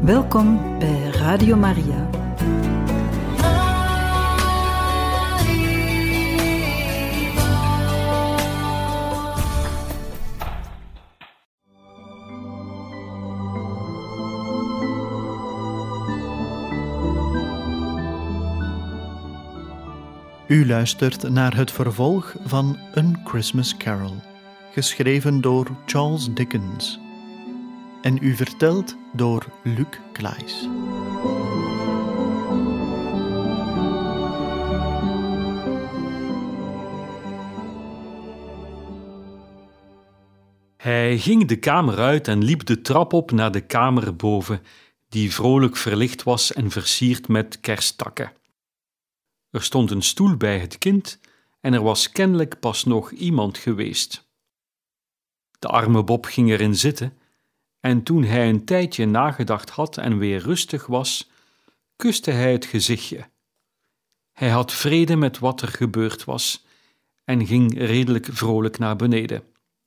Welkom bij Radio Maria. U luistert naar het vervolg van A Christmas Carol, geschreven door Charles Dickens en u verteld door Luc Claes. Hij ging de kamer uit en liep de trap op naar de kamer boven, die vrolijk verlicht was en versierd met kersttakken. Er stond een stoel bij het kind en er was kennelijk pas nog iemand geweest. De arme Bob ging erin zitten en toen hij een tijdje nagedacht had en weer rustig was, kuste hij het gezichtje. Hij had vrede met wat er gebeurd was en ging redelijk vrolijk naar beneden.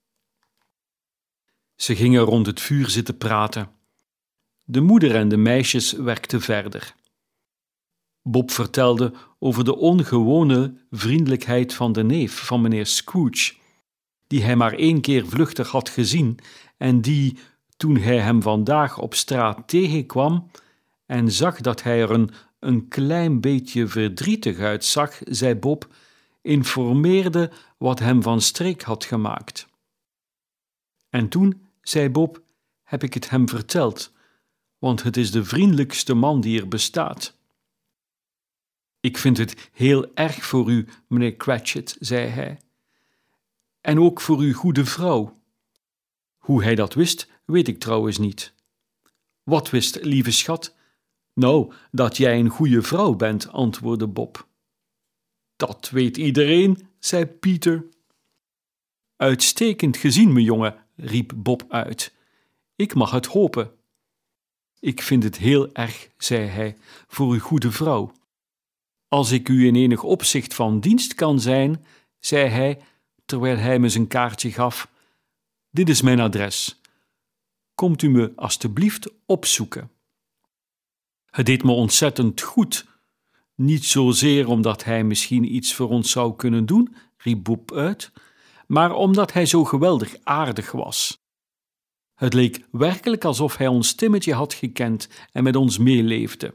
Ze gingen rond het vuur zitten praten. De moeder en de meisjes werkten verder. Bob vertelde over de ongewone vriendelijkheid van de neef van meneer Scrooge, die hij maar 1 keer vluchtig had gezien en die, toen hij hem vandaag op straat tegenkwam en zag dat hij er een klein beetje verdrietig uitzag, zei Bob, informeerde wat hem van streek had gemaakt. En toen, zei Bob, heb ik het hem verteld, want het is de vriendelijkste man die er bestaat. Ik vind het heel erg voor u, meneer Cratchit, zei hij. En ook voor uw goede vrouw. Hoe hij dat wist, weet ik trouwens niet. Wat wist, lieve schat? Nou, dat jij een goede vrouw bent, antwoordde Bob. Dat weet iedereen, zei Pieter. Uitstekend gezien, mijn jongen, riep Bob uit. Ik mag het hopen. Ik vind het heel erg, zei hij, voor uw goede vrouw. Als ik u in enig opzicht van dienst kan zijn, zei hij, terwijl hij me zijn kaartje gaf, dit is mijn adres. Komt u me alstublieft opzoeken. Het deed me ontzettend goed. Niet zozeer omdat hij misschien iets voor ons zou kunnen doen, riep Bob uit, maar omdat hij zo geweldig aardig was. Het leek werkelijk alsof hij ons Timmetje had gekend en met ons meeleefde.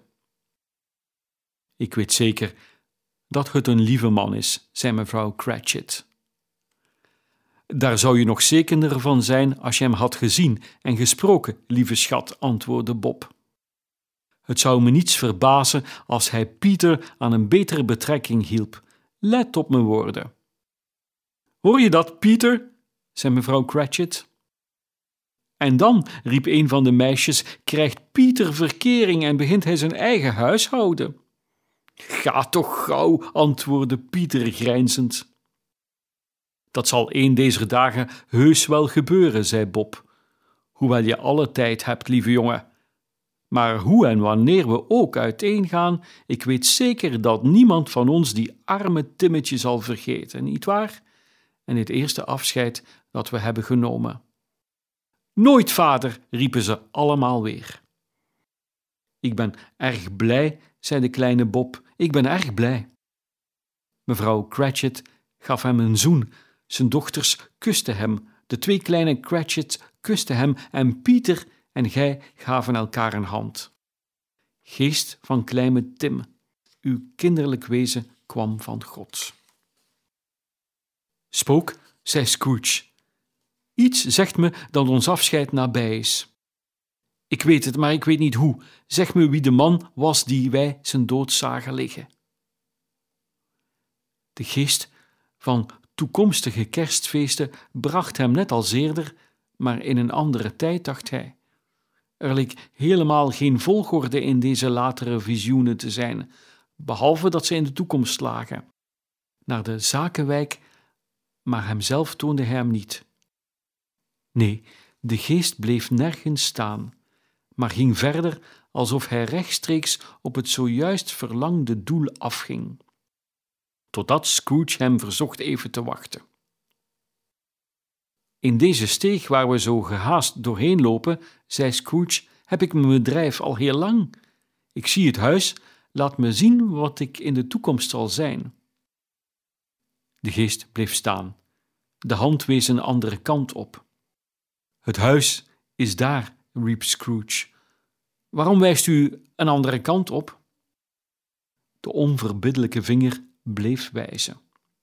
Ik weet zeker dat het een lieve man is, zei mevrouw Cratchit. Daar zou je nog zekerder van zijn als je hem had gezien en gesproken, lieve schat, antwoordde Bob. Het zou me niets verbazen als hij Pieter aan een betere betrekking hielp. Let op mijn woorden. Hoor je dat, Pieter? Zei mevrouw Cratchit. En dan, riep een van de meisjes, krijgt Pieter verkering en begint hij zijn eigen huishouden. Ga toch gauw, antwoordde Pieter grijnzend. Dat zal 1 dezer dagen heus wel gebeuren, zei Bob, hoewel je alle tijd hebt, lieve jongen. Maar hoe en wanneer we ook uiteengaan, ik weet zeker dat niemand van ons die arme Timmetje zal vergeten, nietwaar? En het eerste afscheid dat we hebben genomen. Nooit, vader, riepen ze allemaal weer. Ik ben erg blij, zei de kleine Bob, ik ben erg blij. Mevrouw Cratchit gaf hem een zoen, zijn dochters kusten hem, de 2 kleine Cratchits kusten hem en Pieter en gij gaven elkaar een hand. Geest van kleine Tim, uw kinderlijk wezen kwam van God. Spook, zei Scrooge. Iets zegt me dat ons afscheid nabij is. Ik weet het, maar ik weet niet hoe. Zeg me wie de man was die wij zijn dood zagen liggen. De geest van toekomstige kerstfeesten bracht hem net als eerder, maar in een andere tijd, dacht hij. Er leek helemaal geen volgorde in deze latere visioenen te zijn, behalve dat ze in de toekomst lagen. Naar de zakenwijk, maar hemzelf toonde hij hem niet. Nee, de geest bleef nergens staan, maar ging verder alsof hij rechtstreeks op het zojuist verlangde doel afging. Totdat Scrooge hem verzocht even te wachten. In deze steeg waar we zo gehaast doorheen lopen, zei Scrooge, heb ik mijn bedrijf al heel lang. Ik zie het huis, laat me zien wat ik in de toekomst zal zijn. De geest bleef staan. De hand wees een andere kant op. Het huis is daar, riep Scrooge. Waarom wijst u een andere kant op? De onverbiddelijke vinger bleef wijzen.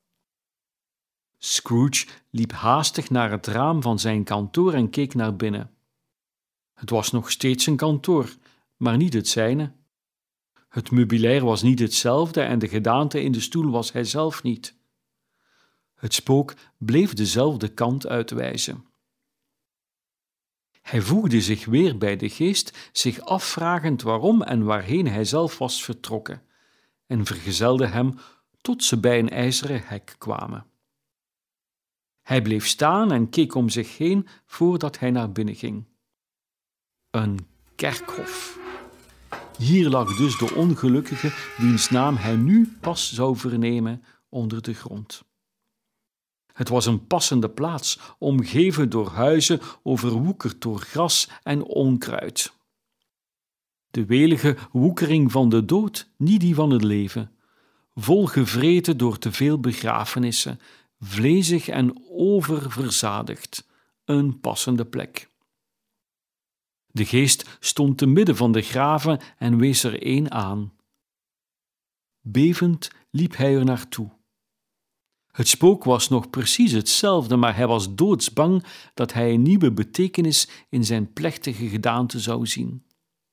Scrooge liep haastig naar het raam van zijn kantoor en keek naar binnen. Het was nog steeds een kantoor, maar niet het zijne. Het meubilair was niet hetzelfde en de gedaante in de stoel was hij zelf niet. Het spook bleef dezelfde kant uitwijzen. Hij voegde zich weer bij de geest, zich afvragend waarom en waarheen hij zelf was vertrokken, en vergezelde hem tot ze bij een ijzeren hek kwamen. Hij bleef staan en keek om zich heen voordat hij naar binnen ging. Een kerkhof. Hier lag dus de ongelukkige wiens naam hij nu pas zou vernemen onder de grond. Het was een passende plaats, omgeven door huizen, overwoekerd door gras en onkruid. De welige woekering van de dood, niet die van het leven, volgevreten door te veel begrafenissen, vlezig en oververzadigd, een passende plek. De geest stond te midden van de graven en wees er één aan. Bevend liep hij er naartoe. Het spook was nog precies hetzelfde, maar hij was doodsbang dat hij een nieuwe betekenis in zijn plechtige gedaante zou zien.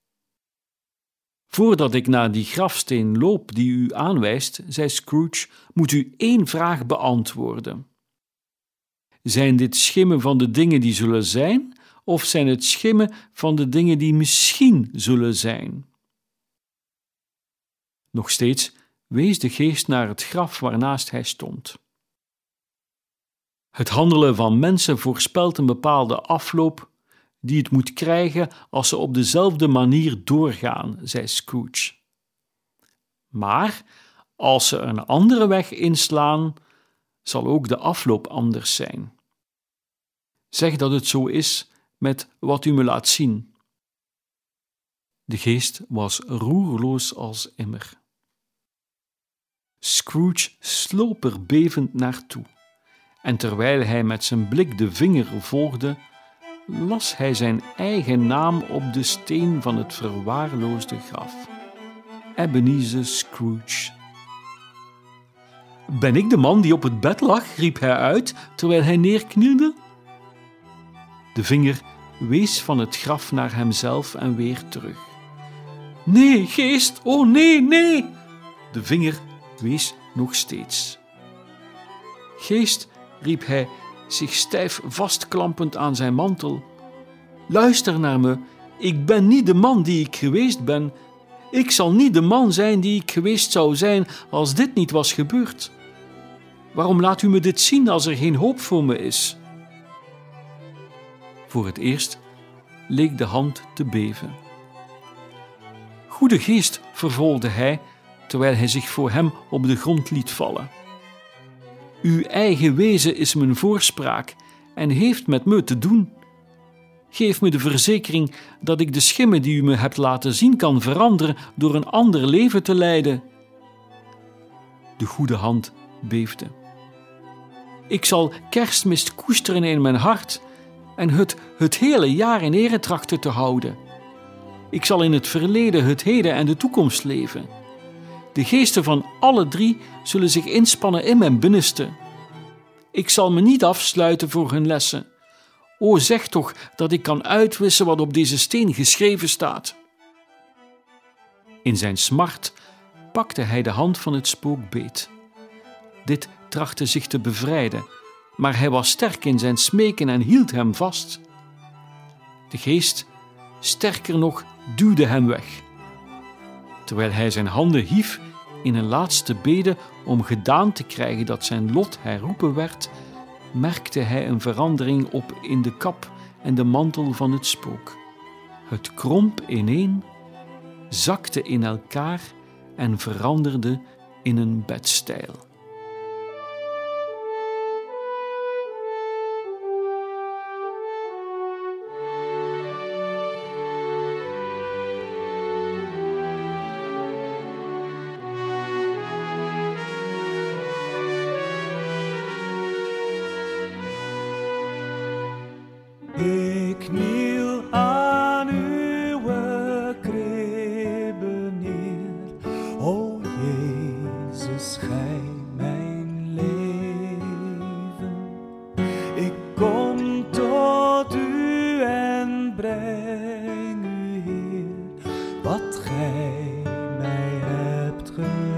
Voordat ik naar die grafsteen loop die u aanwijst, zei Scrooge, moet u één vraag beantwoorden. Zijn dit schimmen van de dingen die zullen zijn, of zijn het schimmen van de dingen die misschien zullen zijn? Nog steeds wees de geest naar het graf waarnaast hij stond. Het handelen van mensen voorspelt een bepaalde afloop die het moet krijgen als ze op dezelfde manier doorgaan, zei Scrooge. Maar als ze een andere weg inslaan, zal ook de afloop anders zijn. Zeg dat het zo is met wat u me laat zien. De geest was roerloos als immer. Scrooge sloop er bevend naartoe, en terwijl hij met zijn blik de vinger volgde, las hij zijn eigen naam op de steen van het verwaarloosde graf. Ebenezer Scrooge. Ben ik de man die op het bed lag? Riep hij uit, terwijl hij neerknielde. De vinger wees van het graf naar hemzelf en weer terug. Nee, geest, oh nee, nee! De vinger wees nog steeds. Geest, riep hij, zich stijf vastklampend aan zijn mantel. Luister naar me, ik ben niet de man die ik geweest ben. Ik zal niet de man zijn die ik geweest zou zijn als dit niet was gebeurd. Waarom laat u me dit zien als er geen hoop voor me is? Voor het eerst leek de hand te beven. Goede geest, vervolgde hij, terwijl hij zich voor hem op de grond liet vallen. Uw eigen wezen is mijn voorspraak en heeft met me te doen. Geef me de verzekering dat ik de schimmen die u me hebt laten zien kan veranderen door een ander leven te leiden. De goede hand beefde. Ik zal Kerstmis koesteren in mijn hart en het hele jaar in ere trachten te houden. Ik zal in het verleden, het heden en de toekomst leven. De geesten van alle drie zullen zich inspannen in mijn binnenste. Ik zal me niet afsluiten voor hun lessen. O, zeg toch dat ik kan uitwissen wat op deze steen geschreven staat. In zijn smart pakte hij de hand van het spook beet. Dit trachtte zich te bevrijden, maar hij was sterk in zijn smeken en hield hem vast. De geest, sterker nog, duwde hem weg. Terwijl hij zijn handen hief in een laatste bede om gedaan te krijgen dat zijn lot herroepen werd, merkte hij een verandering op in de kap en de mantel van het spook. Het kromp ineen, zakte in elkaar en veranderde in een bedstijl. Ik kniel aan uw kribbe neer. O Jezus, gij mijn leven. Ik kom tot u en breng u, Heer, wat gij mij hebt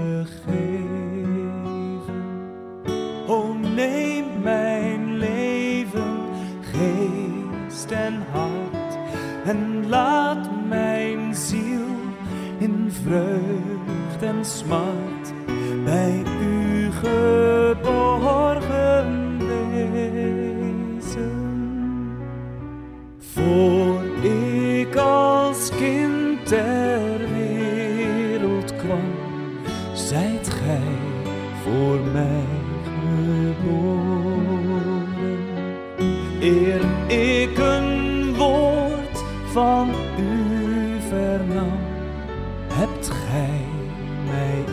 gegeven. O neem mijn leven, geest en hart, en laat mijn ziel in vreugd en smart bij u geborgen wezen. Voor ik als kind ter wereld kwam, zijt gij voor mij geboren. Eer ik een woord van u vernam, hebt gij mij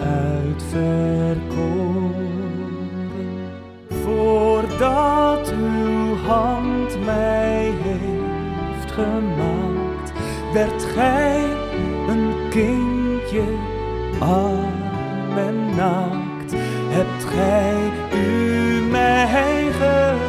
uitverkoren. Voordat uw hand mij heeft gemaakt, werd gij een kindje, arm en naakt. Hebt gij u mij gegeven.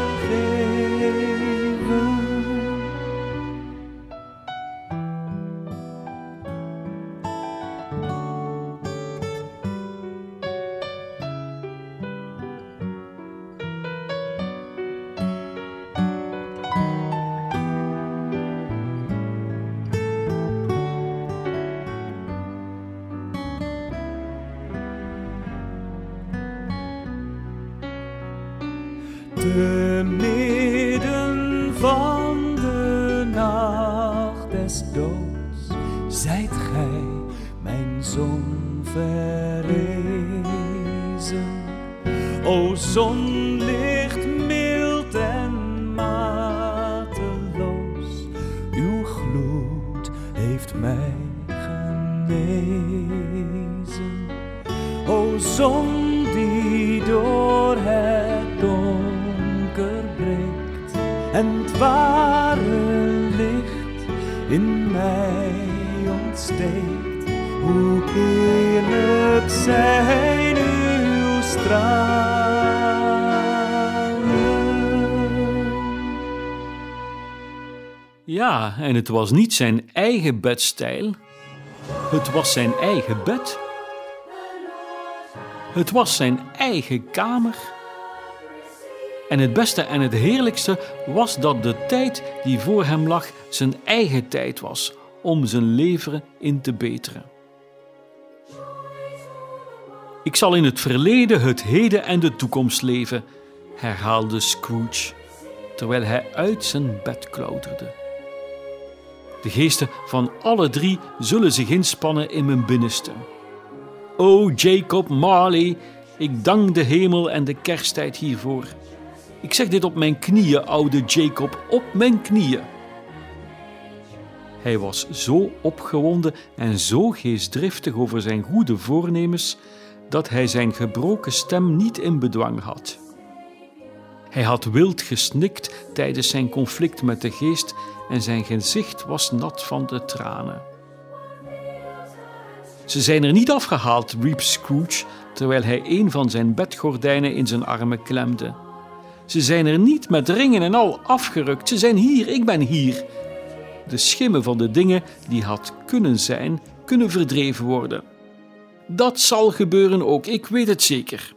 Te midden van de nacht des doods, zijt gij mijn zon verrezen. O zonlicht mild en mateloos, uw gloed heeft mij genezen. O zon die door het donker breekt en het ware licht in mij ontsteekt, hoe heerlijk zijn uw stralen. Ja, en het was niet zijn eigen bedstijl. Het was zijn eigen bed. Het was zijn eigen kamer. En het beste en het heerlijkste was dat de tijd die voor hem lag zijn eigen tijd was om zijn leven in te beteren. Ik zal in het verleden, het heden en de toekomst leven, herhaalde Scrooge, terwijl hij uit zijn bed klauterde. De geesten van alle drie zullen zich inspannen in mijn binnenste. O Jacob Marley, ik dank de hemel en de kersttijd hiervoor. Ik zeg dit op mijn knieën, oude Jacob, op mijn knieën. Hij was zo opgewonden en zo geestdriftig over zijn goede voornemens, dat hij zijn gebroken stem niet in bedwang had. Hij had wild gesnikt tijdens zijn conflict met de geest en zijn gezicht was nat van de tranen. Ze zijn er niet afgehaald, riep Scrooge, terwijl hij een van zijn bedgordijnen in zijn armen klemde. Ze zijn er niet met ringen en al afgerukt. Ze zijn hier, ik ben hier. De schimmen van de dingen die had kunnen zijn, kunnen verdreven worden. Dat zal gebeuren ook, ik weet het zeker.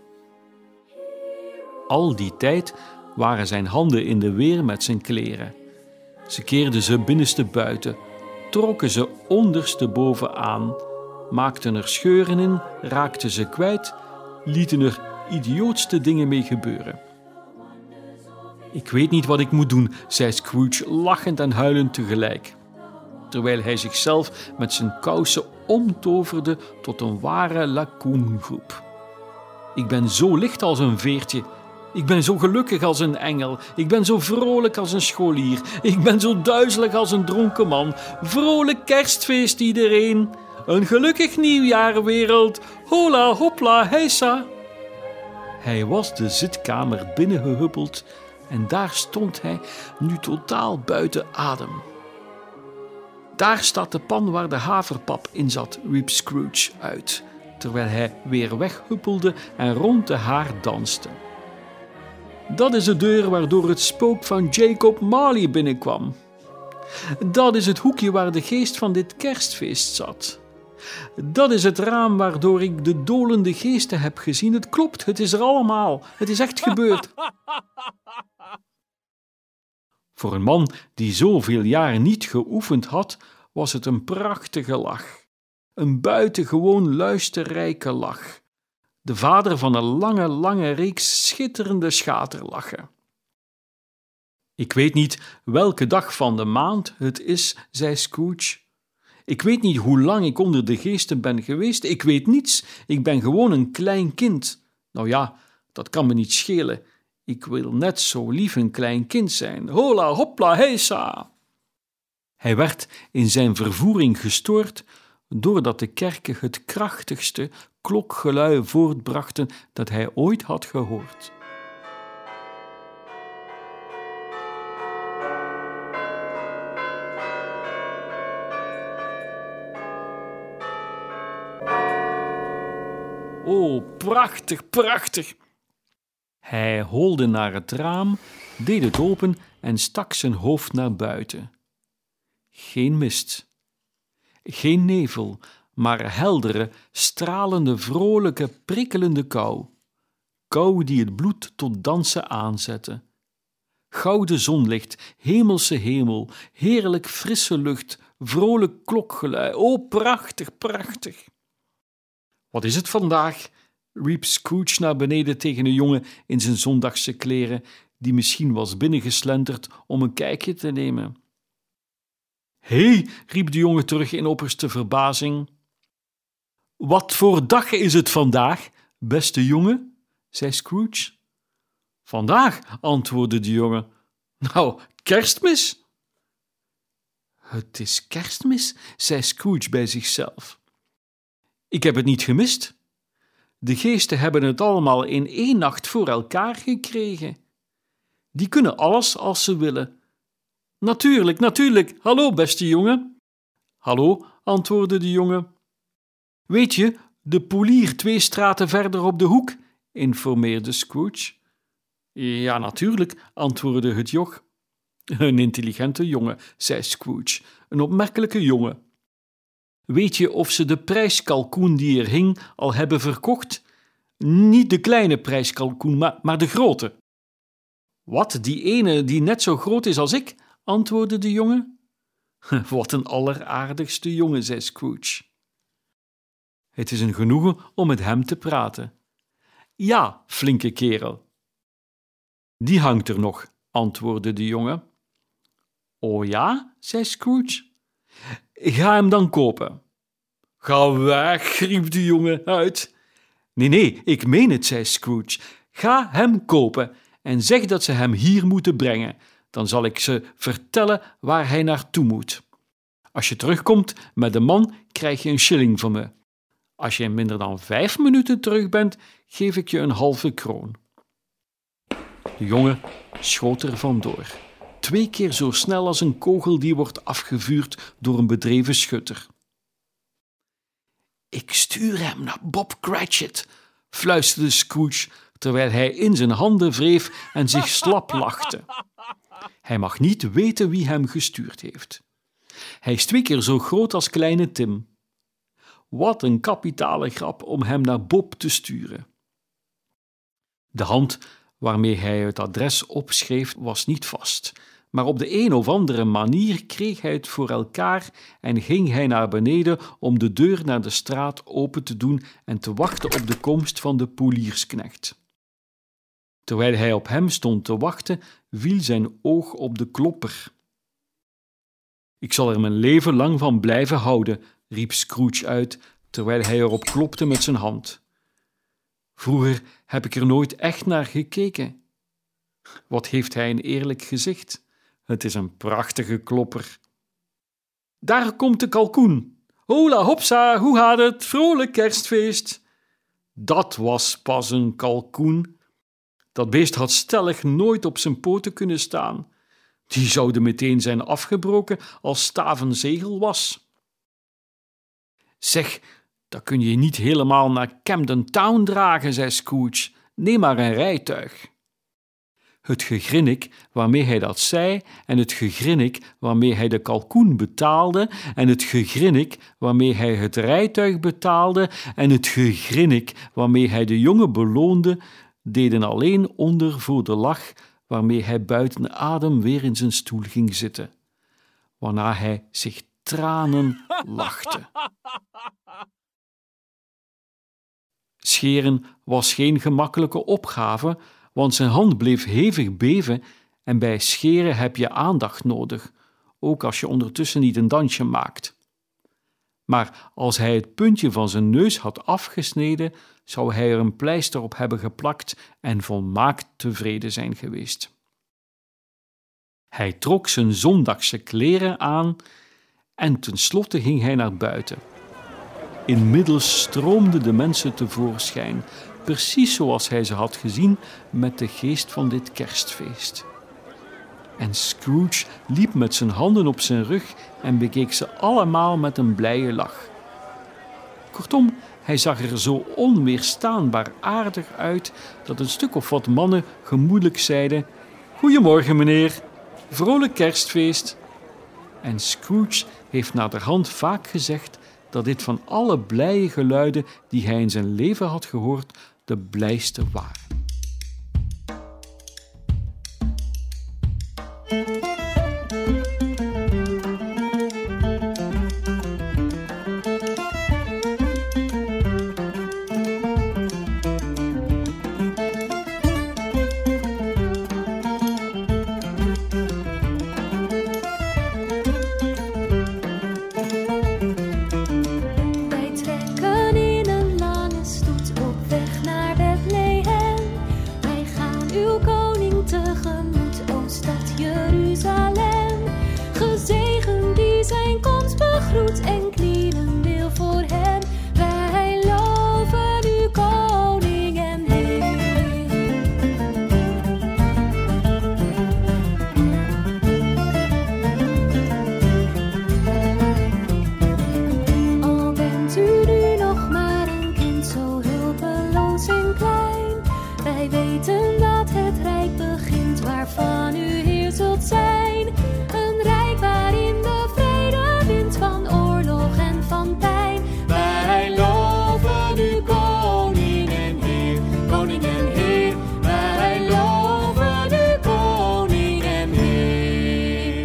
Al die tijd waren zijn handen in de weer met zijn kleren. Ze keerden ze binnenste buiten, trokken ze ondersteboven aan, maakten er scheuren in, raakten ze kwijt, lieten er idiootste dingen mee gebeuren. Ik weet niet wat ik moet doen, zei Scrooge lachend en huilend tegelijk, terwijl hij zichzelf met zijn kousen omtoverde tot een ware lakoengroep. Ik ben zo licht als een veertje. Ik ben zo gelukkig als een engel. Ik ben zo vrolijk als een scholier. Ik ben zo duizelig als een dronken man. Vrolijk kerstfeest iedereen. Een gelukkig nieuwjaar, wereld. Hola, hopla, heisa. Hij was de zitkamer binnengehuppeld en daar stond hij nu totaal buiten adem. Daar staat de pan waar de haverpap in zat, riep Scrooge uit, terwijl hij weer weghuppelde en rond de haard danste. Dat is de deur waardoor het spook van Jacob Marley binnenkwam. Dat is het hoekje waar de geest van dit kerstfeest zat. Dat is het raam waardoor ik de dolende geesten heb gezien. Het klopt, het is er allemaal. Het is echt gebeurd. Voor een man die zoveel jaar niet geoefend had, was het een prachtige lach. Een buitengewoon luisterrijke lach. De vader van een lange reeks schitterende schaterlachen. Ik weet niet welke dag van de maand het is, zei Scrooge. Ik weet niet hoe lang ik onder de geesten ben geweest. Ik weet niets. Ik ben gewoon een klein kind. Nou ja, dat kan me niet schelen. Ik wil net zo lief een klein kind zijn. Hola, hopla, heisa. Hij werd in zijn vervoering gestoord doordat de kerken het krachtigste klokgelui voortbrachten dat hij ooit had gehoord. Oh, prachtig, prachtig! Hij holde naar het raam, deed het open en stak zijn hoofd naar buiten. Geen mist, geen nevel, maar heldere, stralende, vrolijke, prikkelende kou. Kou die het bloed tot dansen aanzette. Gouden zonlicht, hemelse hemel, heerlijk frisse lucht, vrolijk klokgelui. Oh, prachtig, prachtig! Wat is het vandaag? Riep Scrooge naar beneden tegen een jongen in zijn zondagse kleren, die misschien was binnengeslenterd om een kijkje te nemen. Hé, riep de jongen terug in opperste verbazing. Wat voor dag is het vandaag, beste jongen? Zei Scrooge. Vandaag, antwoordde de jongen. Nou, Kerstmis. Het is Kerstmis, zei Scrooge bij zichzelf. Ik heb het niet gemist. De geesten hebben het allemaal in 1 nacht voor elkaar gekregen. Die kunnen alles als ze willen. Natuurlijk, natuurlijk. Hallo, beste jongen. Hallo, antwoordde de jongen. Weet je, de poelier 2 straten verder op de hoek, informeerde Scrooge. Ja, natuurlijk, antwoordde het joch. Een intelligente jongen, zei Scrooge. Een opmerkelijke jongen. Weet je of ze de prijskalkoen die er hing al hebben verkocht? Niet de kleine prijskalkoen, maar de grote. Wat, die ene die net zo groot is als ik? Antwoordde de jongen. Wat een alleraardigste jongen, zei Scrooge. Het is een genoegen om met hem te praten. Ja, flinke kerel. Die hangt er nog, antwoordde de jongen. O ja, zei Scrooge. Ga hem dan kopen. Ga weg, riep de jongen uit. Nee, ik meen het, zei Scrooge. Ga hem kopen en zeg dat ze hem hier moeten brengen. Dan zal ik ze vertellen waar hij naartoe moet. Als je terugkomt met de man, krijg je een shilling van me. Als je in minder dan 5 minuten terug bent, geef ik je een halve kroon. De jongen schoot er vandoor. 2 keer zo snel als een kogel die wordt afgevuurd door een bedreven schutter. Ik stuur hem naar Bob Cratchit, fluisterde Scrooge, terwijl hij in zijn handen wreef en zich slap lachte. Hij mag niet weten wie hem gestuurd heeft. Hij is 2 keer zo groot als kleine Tim. Wat een kapitale grap om hem naar Bob te sturen. De hand waarmee hij het adres opschreef was niet vast, maar op de een of andere manier kreeg hij het voor elkaar en ging hij naar beneden om de deur naar de straat open te doen en te wachten op de komst van de poeliersknecht. Terwijl hij op hem stond te wachten, viel zijn oog op de klopper. Ik zal er mijn leven lang van blijven houden, riep Scrooge uit, terwijl hij erop klopte met zijn hand. Vroeger heb ik er nooit echt naar gekeken. Wat heeft hij een eerlijk gezicht. Het is een prachtige klopper. Daar komt de kalkoen. Hola hopsa, hoe gaat het? Vrolijk kerstfeest. Dat was pas een kalkoen. Dat beest had stellig nooit op zijn poten kunnen staan. Die zouden meteen zijn afgebroken als stavenzegel was. Zeg, dat kun je niet helemaal naar Camden Town dragen, zei Scrooge. Neem maar een rijtuig. Het gegrinnik waarmee hij dat zei en het gegrinnik waarmee hij de kalkoen betaalde en het gegrinnik waarmee hij het rijtuig betaalde en het gegrinnik waarmee hij de jongen beloonde, deden alleen onder voor de lach waarmee hij buiten adem weer in zijn stoel ging zitten, waarna hij zich tranen lachte. Scheren was geen gemakkelijke opgave, want zijn hand bleef hevig beven en bij scheren heb je aandacht nodig, ook als je ondertussen niet een dansje maakt. Maar als hij het puntje van zijn neus had afgesneden, zou hij er een pleister op hebben geplakt en volmaakt tevreden zijn geweest. Hij trok zijn zondagse kleren aan en tenslotte ging hij naar buiten. Inmiddels stroomden de mensen tevoorschijn, precies zoals hij ze had gezien met de geest van dit kerstfeest. En Scrooge liep met zijn handen op zijn rug en bekeek ze allemaal met een blije lach. Kortom, hij zag er zo onweerstaanbaar aardig uit dat een stuk of wat mannen gemoedelijk zeiden: "Goedemorgen, meneer, vrolijk kerstfeest." En Scrooge heeft naderhand vaak gezegd dat dit van alle blije geluiden die hij in zijn leven had gehoord de blijste waren. En knielen wil voor hem. Wij loven u, koning en Heer. Al bent u nu nog maar een kind, zo hulpeloos en klein. Wij weten dat het rijk begint, waarvan u heer zult zijn. Een rijk waarin de vrede wint van oorlog en van pijn. Wij loven u, koning en Heer, koning en Heer. Wij loven u, koning en Heer.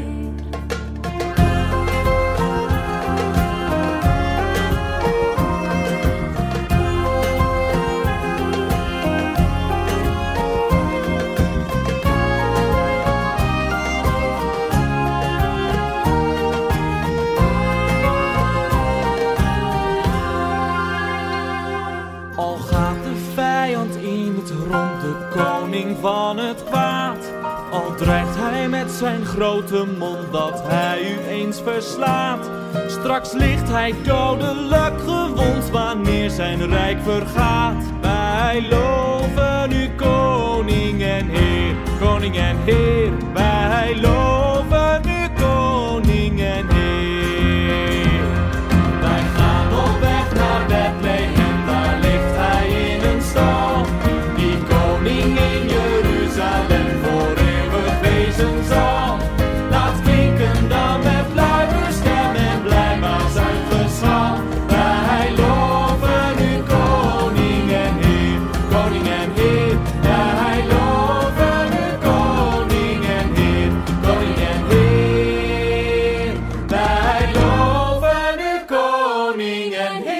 Al gaat de vijand in het rond, de koning van het kwaad. Al dreigt hij met zijn grote mond dat hij u eens verslaat. Straks ligt hij dodelijk gewond wanneer zijn rijk vergaat. Wij loven u, koning en Heer, koning en Heer. Wij loven u, koning en Heer. Wij gaan op weg naar Bethlehem, daar ligt hij in een stal. Die koning in Jeruzalem voor eeuwig wezen zal. Laat klinken dan met luider stem en blijbaar zuiverschal. Wij loven u, koning en Heer, koning en Heer. Wij loven u, koning en Heer, koning en Heer. Wij loven u, koning en Heer.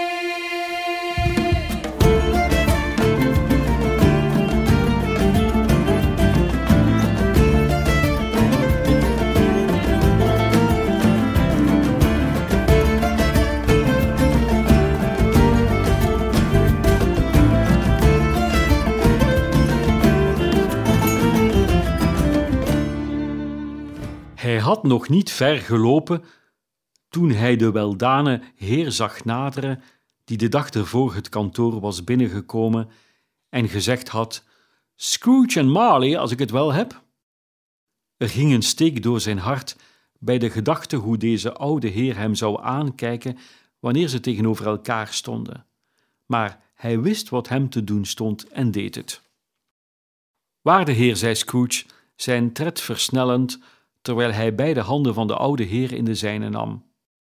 Hij had nog niet ver gelopen toen hij de weldane heer zag naderen die de dag ervoor het kantoor was binnengekomen en gezegd had: Scrooge en Marley, als ik het wel heb. Er ging een steek door zijn hart bij de gedachte hoe deze oude heer hem zou aankijken wanneer ze tegenover elkaar stonden. Maar hij wist wat hem te doen stond en deed het. Waarde heer, zei Scrooge, zijn tred versnellend, terwijl hij beide handen van de oude heer in de zijne nam.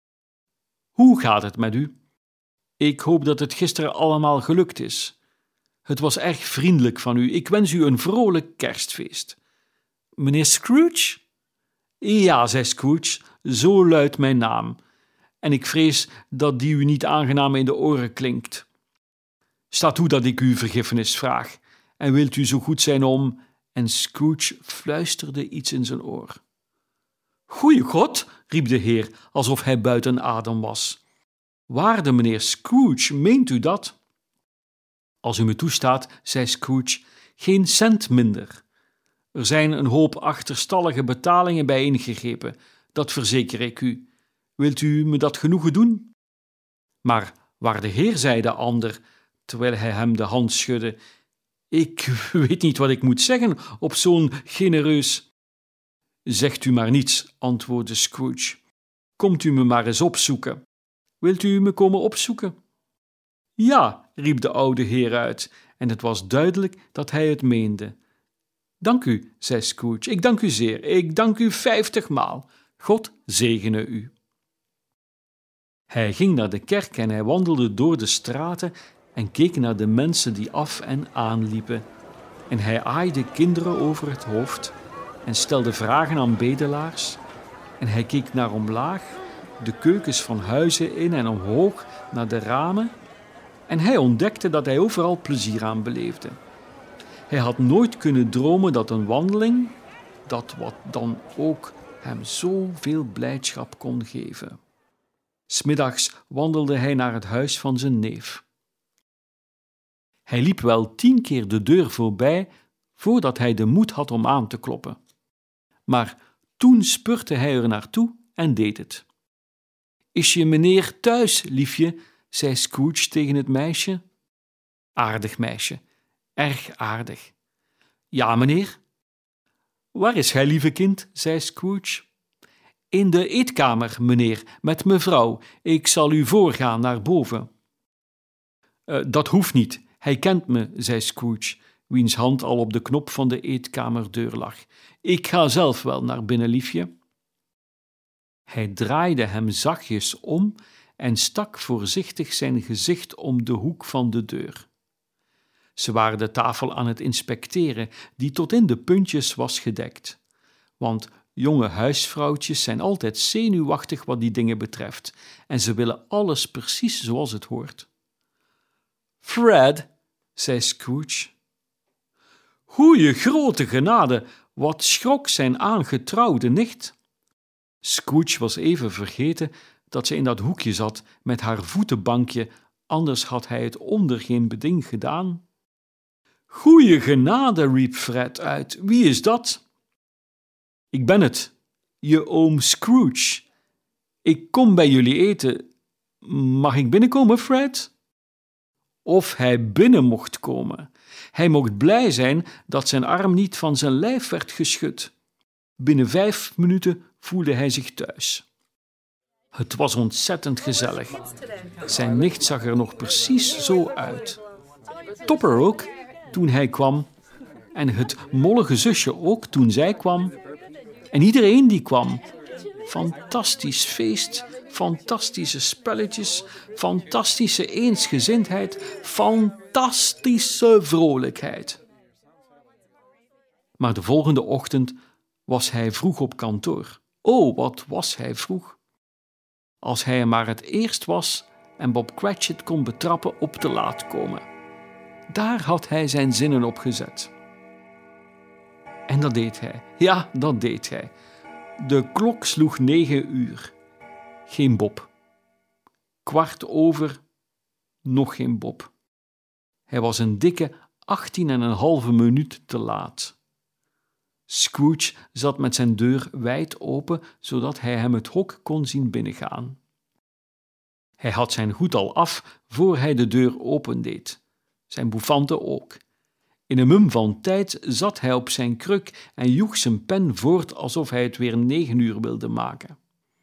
Hoe gaat het met u? Ik hoop dat het gisteren allemaal gelukt is. Het was erg vriendelijk van u. Ik wens u een vrolijk kerstfeest. Meneer Scrooge? Ja, zei Scrooge, zo luidt mijn naam. En ik vrees dat die u niet aangenaam in de oren klinkt. Sta toe dat ik u vergiffenis vraag. En wilt u zo goed zijn om... En Scrooge fluisterde iets in zijn oor. Goeie God, riep de heer, alsof hij buiten adem was. Waarde meneer Scrooge, meent u dat? Als u me toestaat, zei Scrooge, geen cent minder. Er zijn een hoop achterstallige betalingen bijeengegrepen, dat verzeker ik u. Wilt u me dat genoegen doen? Maar waarde heer, zei de ander, terwijl hij hem de hand schudde, ik weet niet wat ik moet zeggen op zo'n genereus... Zegt u maar niets, antwoordde Scrooge. Komt u me maar eens opzoeken. Wilt u me komen opzoeken? Ja, riep de oude heer uit, en het was duidelijk dat hij het meende. Dank u, zei Scrooge, ik dank u zeer, ik dank u 50 maal. God zegene u. Hij ging naar de kerk en hij wandelde door de straten en keek naar de mensen die af en aan liepen. En hij aaide kinderen over het hoofd en stelde vragen aan bedelaars. En hij keek naar omlaag, de keukens van huizen in en omhoog naar de ramen. En hij ontdekte dat hij overal plezier aan beleefde. Hij had nooit kunnen dromen dat een wandeling, dat wat dan ook, hem zoveel blijdschap kon geven. 'S Middags wandelde hij naar het huis van zijn neef. Hij liep wel 10 keer de deur voorbij voordat hij de moed had om aan te kloppen. Maar toen spurte hij er naartoe en deed het. Is je meneer thuis, liefje? Zei Scrooge tegen het meisje. Aardig meisje, erg aardig. Ja, meneer. Waar is hij, lieve kind? Zei Scrooge. In de eetkamer, meneer, met mevrouw. Ik zal u voorgaan naar boven. Dat hoeft niet. Hij kent me, zei Scrooge, wiens hand al op de knop van de eetkamerdeur lag. Ik ga zelf wel naar binnen, liefje. Hij draaide hem zachtjes om en stak voorzichtig zijn gezicht om de hoek van de deur. Ze waren de tafel aan het inspecteren, die tot in de puntjes was gedekt. Want jonge huisvrouwtjes zijn altijd zenuwachtig wat die dingen betreft, en ze willen alles precies zoals het hoort. Fred, zei Scrooge. Goeie grote genade, wat schrok zijn aangetrouwde nicht. Scrooge was even vergeten dat ze in dat hoekje zat met haar voetenbankje, anders had hij het onder geen beding gedaan. Goeie genade, riep Fred uit. Wie is dat? Ik ben het, je oom Scrooge. Ik kom bij jullie eten. Mag ik binnenkomen, Fred? Of hij binnen mocht komen. Hij mocht blij zijn dat zijn arm niet van zijn lijf werd geschud. Binnen 5 minuten voelde hij zich thuis. Het was ontzettend gezellig. Zijn nicht zag er nog precies zo uit. Topper ook, toen hij kwam. En het mollige zusje ook, toen zij kwam. En iedereen die kwam. Fantastisch feest, fantastische spelletjes, fantastische eensgezindheid, fantastische vrolijkheid. Maar de volgende ochtend was hij vroeg op kantoor. Oh, wat was hij vroeg. Als hij er maar het eerst was en Bob Cratchit kon betrappen op te laat komen. Daar had hij zijn zinnen op gezet. En dat deed hij. Ja, dat deed hij. De klok sloeg 9 uur. Geen Bob. 15:15, nog geen Bob. Hij was een dikke 18,5 minuut te laat. Scrooge zat met zijn deur wijd open, zodat hij hem het hok kon zien binnengaan. Hij had zijn hoed al af voor hij de deur opendeed. Zijn bouffante ook. In een mum van tijd zat hij op zijn kruk en joeg zijn pen voort alsof hij het weer 9 uur wilde maken.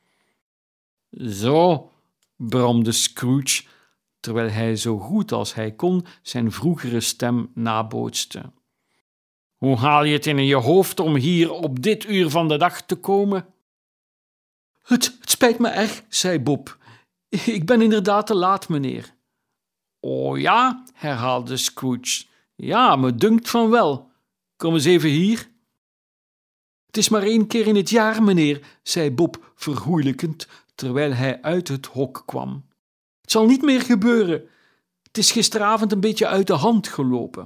Zo, bromde Scrooge, terwijl hij zo goed als hij kon zijn vroegere stem nabootste. Hoe haal je het in je hoofd om hier op dit uur van de dag te komen? Het spijt me erg, zei Bob. Ik ben inderdaad te laat, meneer. O ja, herhaalde Scrooge. Ja, me dunkt van wel. Kom eens even hier. Het is maar 1 keer in het jaar, meneer, zei Bob vergoelijkend, terwijl hij uit het hok kwam. Het zal niet meer gebeuren. Het is gisteravond een beetje uit de hand gelopen.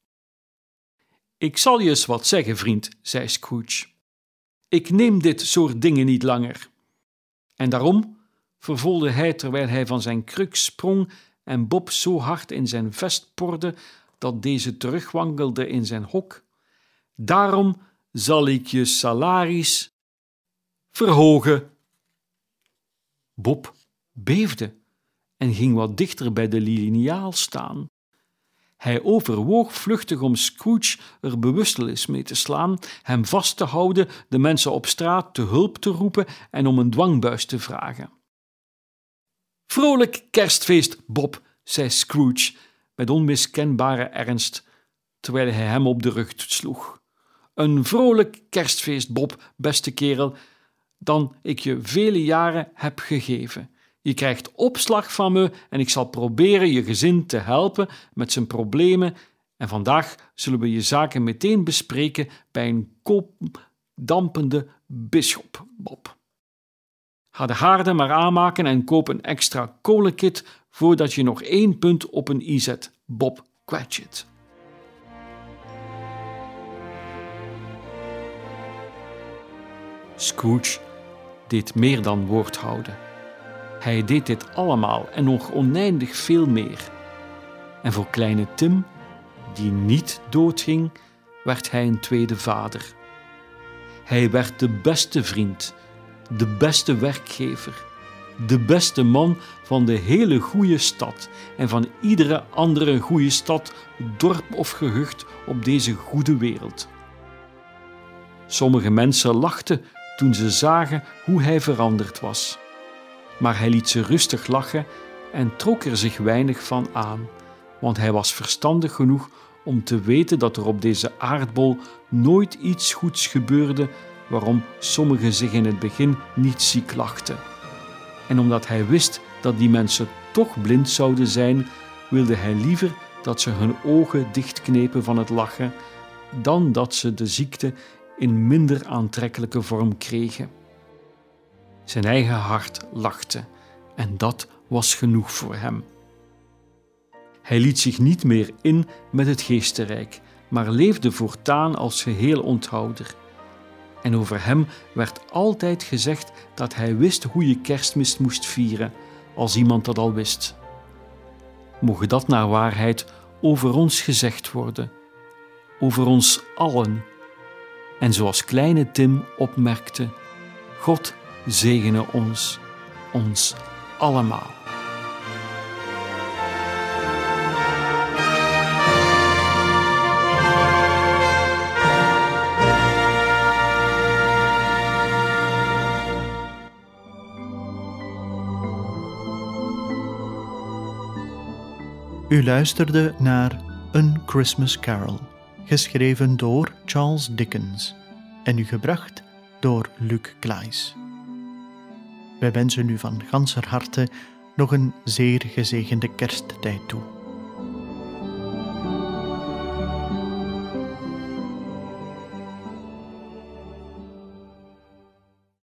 Ik zal je eens wat zeggen, vriend, zei Scrooge. Ik neem dit soort dingen niet langer. En daarom, vervolgde hij terwijl hij van zijn kruk sprong en Bob zo hard in zijn vest porde dat deze terugwankelde in zijn hok, daarom zal ik je salaris verhogen. Bob beefde en ging wat dichter bij de liniaal staan. Hij overwoog vluchtig om Scrooge er bewusteloos mee te slaan, hem vast te houden, de mensen op straat te hulp te roepen en om een dwangbuis te vragen. Vrolijk kerstfeest, Bob, zei Scrooge met onmiskenbare ernst, terwijl hij hem op de rug sloeg. Een vrolijk kerstfeest, Bob, beste kerel, dan ik je vele jaren heb gegeven. Je krijgt opslag van me en ik zal proberen je gezin te helpen met zijn problemen en vandaag zullen we je zaken meteen bespreken bij een koopdampende bisschop, Bob. Ga de haarden maar aanmaken en koop een extra kolenkit voordat je nog 1 punt op een i zet, Bob Cratchit. Scrooge deed meer dan woord houden. Hij deed dit allemaal en nog oneindig veel meer. En voor kleine Tim, die niet doodging, werd hij een tweede vader. Hij werd de beste vriend, de beste werkgever, de beste man van de hele goede stad en van iedere andere goede stad, dorp of gehucht op deze goede wereld. Sommige mensen lachten toen ze zagen hoe hij veranderd was. Maar hij liet ze rustig lachen en trok er zich weinig van aan, want hij was verstandig genoeg om te weten dat er op deze aardbol nooit iets goeds gebeurde waarom sommigen zich in het begin niet ziek lachten. En omdat hij wist dat die mensen toch blind zouden zijn, wilde hij liever dat ze hun ogen dichtknepen van het lachen, dan dat ze de ziekte in minder aantrekkelijke vorm kregen. Zijn eigen hart lachte en dat was genoeg voor hem. Hij liet zich niet meer in met het geestenrijk, maar leefde voortaan als geheel onthouder. En over hem werd altijd gezegd dat hij wist hoe je Kerstmis moest vieren, als iemand dat al wist. Moge dat naar waarheid over ons gezegd worden, over ons allen. En zoals kleine Tim opmerkte, God zegene ons allemaal. U luisterde naar Een Christmas Carol, geschreven door Charles Dickens en u gebracht door Luc Claes. Wij wensen u van ganser harte nog een zeer gezegende kersttijd toe.